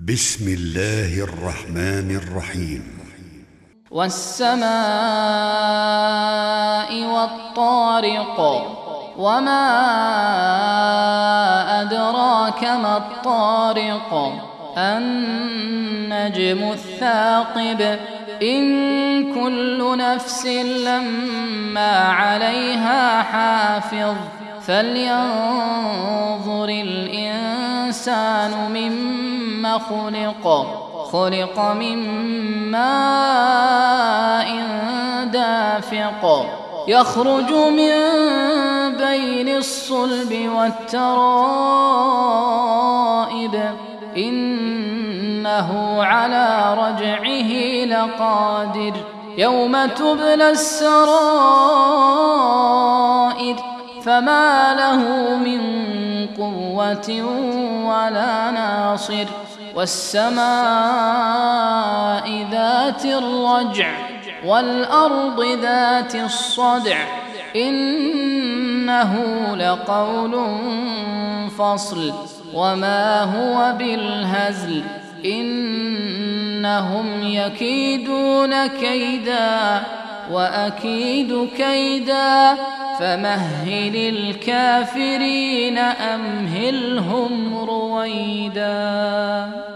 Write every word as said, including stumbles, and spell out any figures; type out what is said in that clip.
بسم الله الرحمن الرحيم. والسماء والطارق وما أدراك ما الطارق النجم الثاقب إن كل نفس لما عليها حافظ فلينظر الإنسان مما خلق خلق من ماء دافق يخرج من بين الصلب والترائب إنه على رجعه لقادر يوم تبلى السرائر فما له من قوة ولا ناصر والسماء ذات الرجع والأرض ذات الصدع إنه لقول فصل وما هو بالهزل إنهم يكيدون كيدا وأكيد كيدا فمهل الكافرين أمهلهم رويدا.